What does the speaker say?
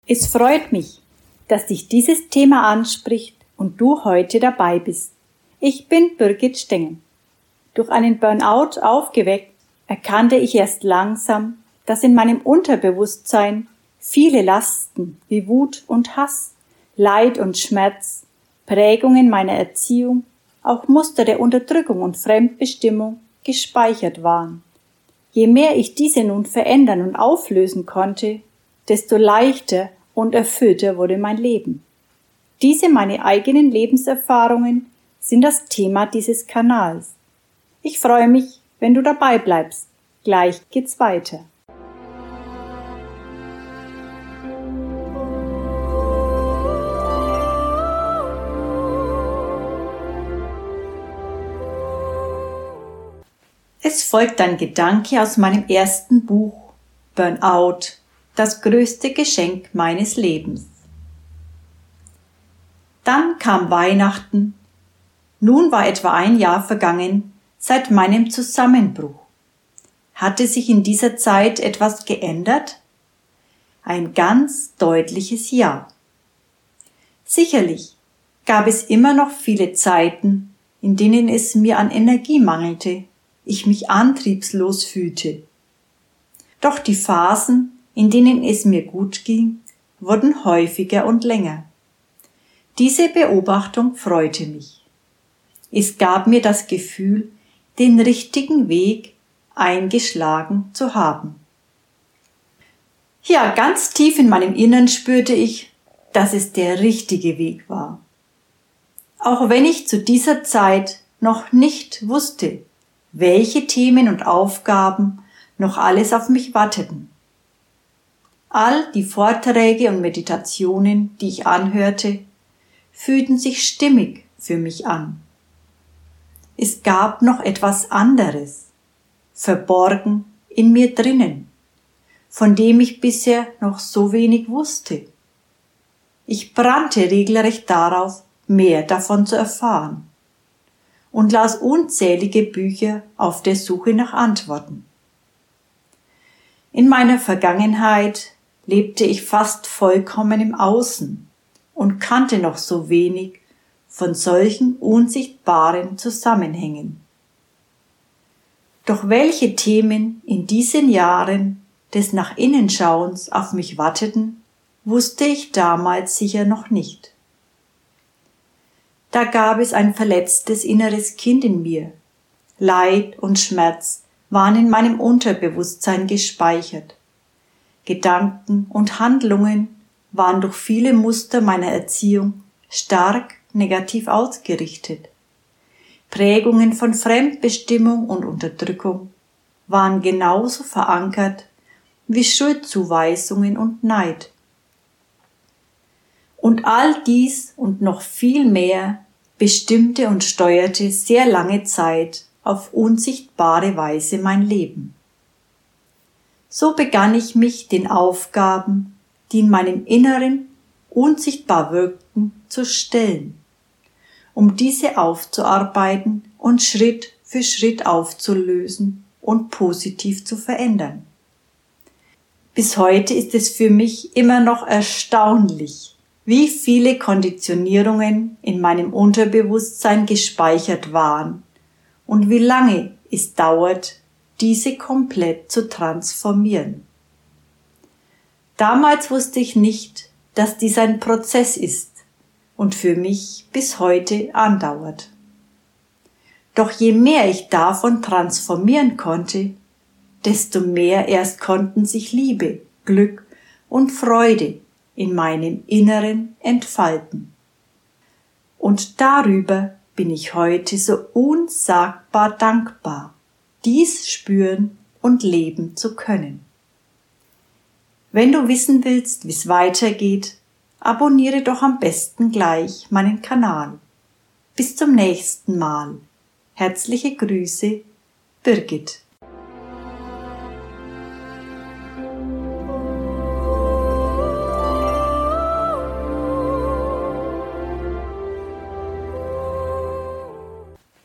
Es freut mich, dass dich dieses Thema anspricht und du heute dabei bist. Ich bin Birgit Stengel. Durch einen Burnout aufgeweckt, erkannte ich erst langsam, dass in meinem Unterbewusstsein viele Lasten wie Wut und Hass, Leid und Schmerz, Prägungen meiner Erziehung, auch Muster der Unterdrückung und Fremdbestimmung gespeichert waren. Je mehr ich diese nun verändern und auflösen konnte, desto leichter und erfüllter wurde mein Leben. Diese meine eigenen Lebenserfahrungen sind das Thema dieses Kanals. Ich freue mich, wenn du dabei bleibst. Gleich geht's weiter. Es folgt ein Gedanke aus meinem ersten Buch, Burnout, das größte Geschenk meines Lebens. Dann kam Weihnachten. Nun war etwa ein Jahr vergangen seit meinem Zusammenbruch. Hatte sich in dieser Zeit etwas geändert? Ein ganz deutliches Ja. Sicherlich gab es immer noch viele Zeiten, in denen es mir an Energie mangelte, ich mich antriebslos fühlte. Doch die Phasen, in denen es mir gut ging, wurden häufiger und länger. Diese Beobachtung freute mich. Es gab mir das Gefühl, den richtigen Weg eingeschlagen zu haben. Ja, ganz tief in meinem Innern spürte ich, dass es der richtige Weg war. Auch wenn ich zu dieser Zeit noch nicht wusste, welche Themen und Aufgaben noch alles auf mich warteten. All die Vorträge und Meditationen, die ich anhörte, fühlten sich stimmig für mich an. Es gab noch etwas anderes, verborgen in mir drinnen, von dem ich bisher noch so wenig wusste. Ich brannte regelrecht darauf, mehr davon zu erfahren, und las unzählige Bücher auf der Suche nach Antworten. In meiner Vergangenheit lebte ich fast vollkommen im Außen und kannte noch so wenig von solchen unsichtbaren Zusammenhängen. Doch welche Themen in diesen Jahren des Nach-Innen-Schauens auf mich warteten, wusste ich damals sicher noch nicht. Da gab es ein verletztes inneres Kind in mir. Leid und Schmerz waren in meinem Unterbewusstsein gespeichert. Gedanken und Handlungen waren durch viele Muster meiner Erziehung stark negativ ausgerichtet. Prägungen von Fremdbestimmung und Unterdrückung waren genauso verankert wie Schuldzuweisungen und Neid. Und all dies und noch viel mehr bestimmte und steuerte sehr lange Zeit auf unsichtbare Weise mein Leben. So begann ich mich den Aufgaben, die in meinem Inneren unsichtbar wirkten, zu stellen, um diese aufzuarbeiten und Schritt für Schritt aufzulösen und positiv zu verändern. Bis heute ist es für mich immer noch erstaunlich, wie viele Konditionierungen in meinem Unterbewusstsein gespeichert waren und wie lange es dauert, diese komplett zu transformieren. Damals wusste ich nicht, dass dies ein Prozess ist und für mich bis heute andauert. Doch je mehr ich davon transformieren konnte, desto mehr erst konnten sich Liebe, Glück und Freude in meinem Inneren entfalten. Und darüber bin ich heute so unsagbar dankbar, dies spüren und leben zu können. Wenn du wissen willst, wie es weitergeht, abonniere doch am besten gleich meinen Kanal. Bis zum nächsten Mal. Herzliche Grüße, Birgit.